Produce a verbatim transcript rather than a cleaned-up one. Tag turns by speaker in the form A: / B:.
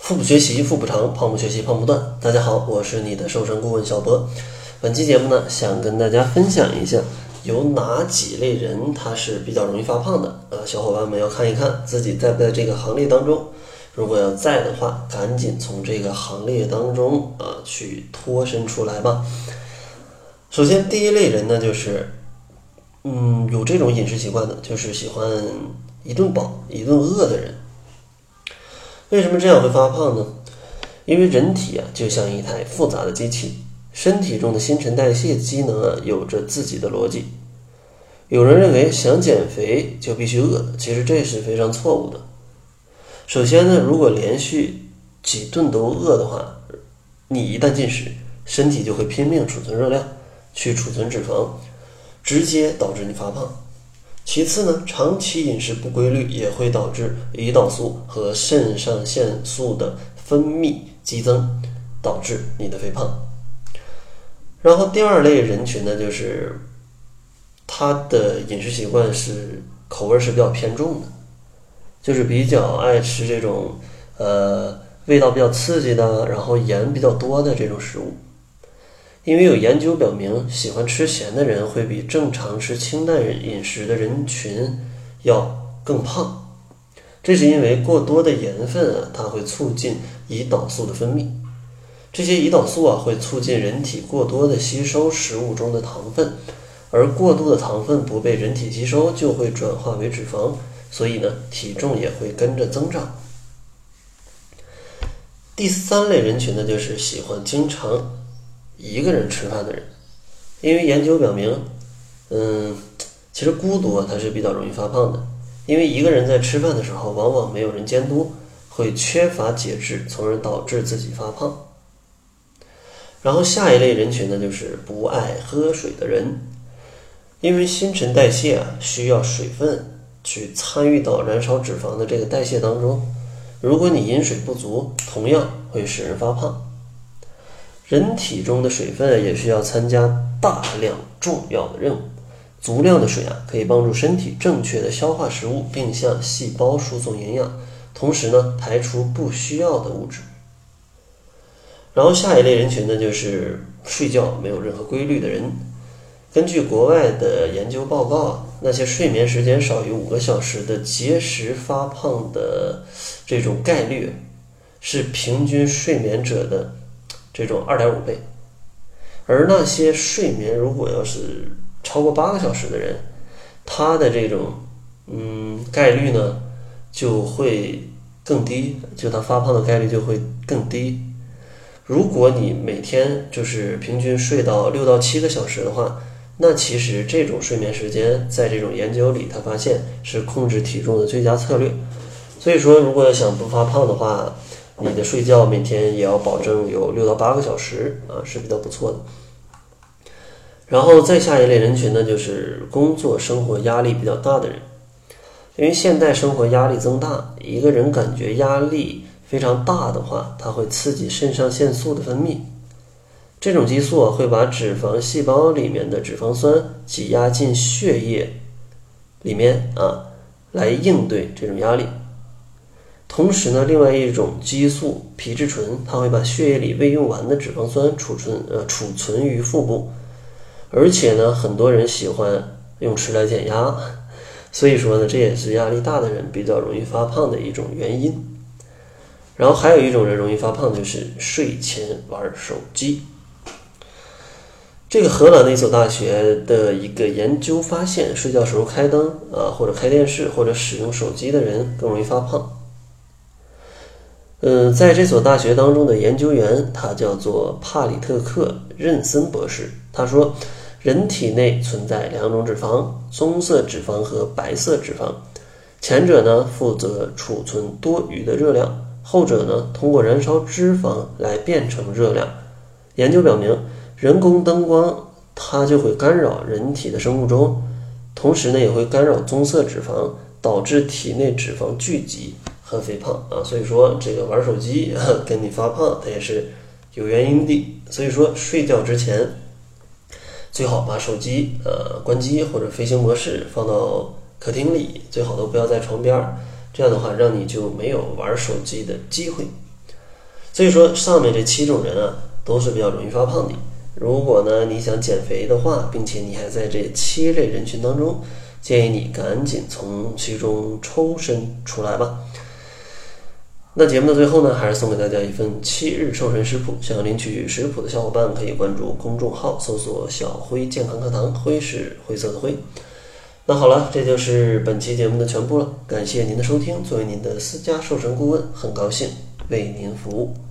A: 腹部学习腹部长，胖不学习胖不断。大家好，我是你的瘦身顾问小博。本期节目呢，想跟大家分享一下有哪几类人他是比较容易发胖的啊，小伙伴们要看一看自己在不在这个行列当中。如果要在的话，赶紧从这个行列当中啊去脱身出来吧。首先第一类人呢，就是嗯有这种饮食习惯的，就是喜欢一顿饱一顿饿的人。为什么这样会发胖呢？因为人体啊就像一台复杂的机器，身体中的新陈代谢机能啊有着自己的逻辑。有人认为想减肥就必须饿，其实这是非常错误的。首先呢，如果连续几顿都饿的话，你一旦进食，身体就会拼命储存热量，去储存脂肪，直接导致你发胖。其次呢，长期饮食不规律也会导致胰岛素和肾上腺素的分泌激增，导致你的肥胖。然后第二类人群呢，就是他的饮食习惯是口味是比较偏重的，就是比较爱吃这种呃味道比较刺激的，然后盐比较多的这种食物。因为有研究表明，喜欢吃咸的人会比正常吃清淡饮食的人群要更胖。这是因为过多的盐分啊，它会促进胰岛素的分泌。这些胰岛素啊，会促进人体过多的吸收食物中的糖分，而过度的糖分不被人体吸收，就会转化为脂肪，所以呢，体重也会跟着增长。第三类人群呢，就是喜欢经常一个人吃饭的人。因为研究表明嗯，其实孤独它是比较容易发胖的，因为一个人在吃饭的时候往往没有人监督，会缺乏节制，从而导致自己发胖。然后下一类人群呢，就是不爱喝水的人。因为新陈代谢啊需要水分去参与到燃烧脂肪的这个代谢当中，如果你饮水不足，同样会使人发胖。人体中的水分也需要参加大量重要的任务，足量的水啊可以帮助身体正确的消化食物，并向细胞输送营养，同时呢排出不需要的物质。然后下一类人群呢，就是睡觉没有任何规律的人。根据国外的研究报告，那些睡眠时间少于五个小时的节食发胖的这种概率是平均睡眠者的这种 二点五 倍。而那些睡眠如果要是超过八个小时的人，他的这种嗯概率呢就会更低，就他发胖的概率就会更低。如果你每天就是平均睡到六到七个小时的话，那其实这种睡眠时间在这种研究里他发现是控制体重的最佳策略。所以说如果想不发胖的话，你的睡觉每天也要保证有六到八个小时啊，是比较不错的。然后再下一类人群呢，就是工作生活压力比较大的人。因为现代生活压力增大，一个人感觉压力非常大的话，它会刺激肾上腺素的分泌。这种激素啊，会把脂肪细胞里面的脂肪酸挤压进血液里面啊，来应对这种压力。同时呢，另外一种激素皮质醇，它会把血液里未用完的脂肪酸储存呃储存于腹部。而且呢，很多人喜欢用吃来减压，所以说呢，这也是压力大的人比较容易发胖的一种原因。然后还有一种人容易发胖，就是睡前玩手机。这个荷兰的一所大学的一个研究发现，睡觉时候开灯啊，或者开电视，或者使用手机的人更容易发胖。嗯，在这所大学当中的研究员，他叫做帕里特克·任森博士。他说，人体内存在两种脂肪，棕色脂肪和白色脂肪。前者呢，负责储存多余的热量，后者呢，通过燃烧脂肪来变成热量。研究表明，人工灯光它就会干扰人体的生物钟，同时呢，也会干扰棕色脂肪，导致体内脂肪聚集和肥胖啊。所以说这个玩手机啊跟你发胖它也是有原因的。所以说睡觉之前最好把手机呃关机，或者飞行模式放到客厅里，最好都不要在床边，这样的话让你就没有玩手机的机会。 所以说上面这七种人啊，都是比较容易发胖的。如果呢你想减肥的话，并且你还在这七类人群当中，建议你赶紧从其中抽身出来吧。那节目的最后呢，还是送给大家一份七日瘦身食谱。想要领取食谱的小伙伴可以关注公众号，搜索小辉健康课堂，辉是灰色的灰。那好了，这就是本期节目的全部了，感谢您的收听。作为您的私家瘦身顾问，很高兴为您服务。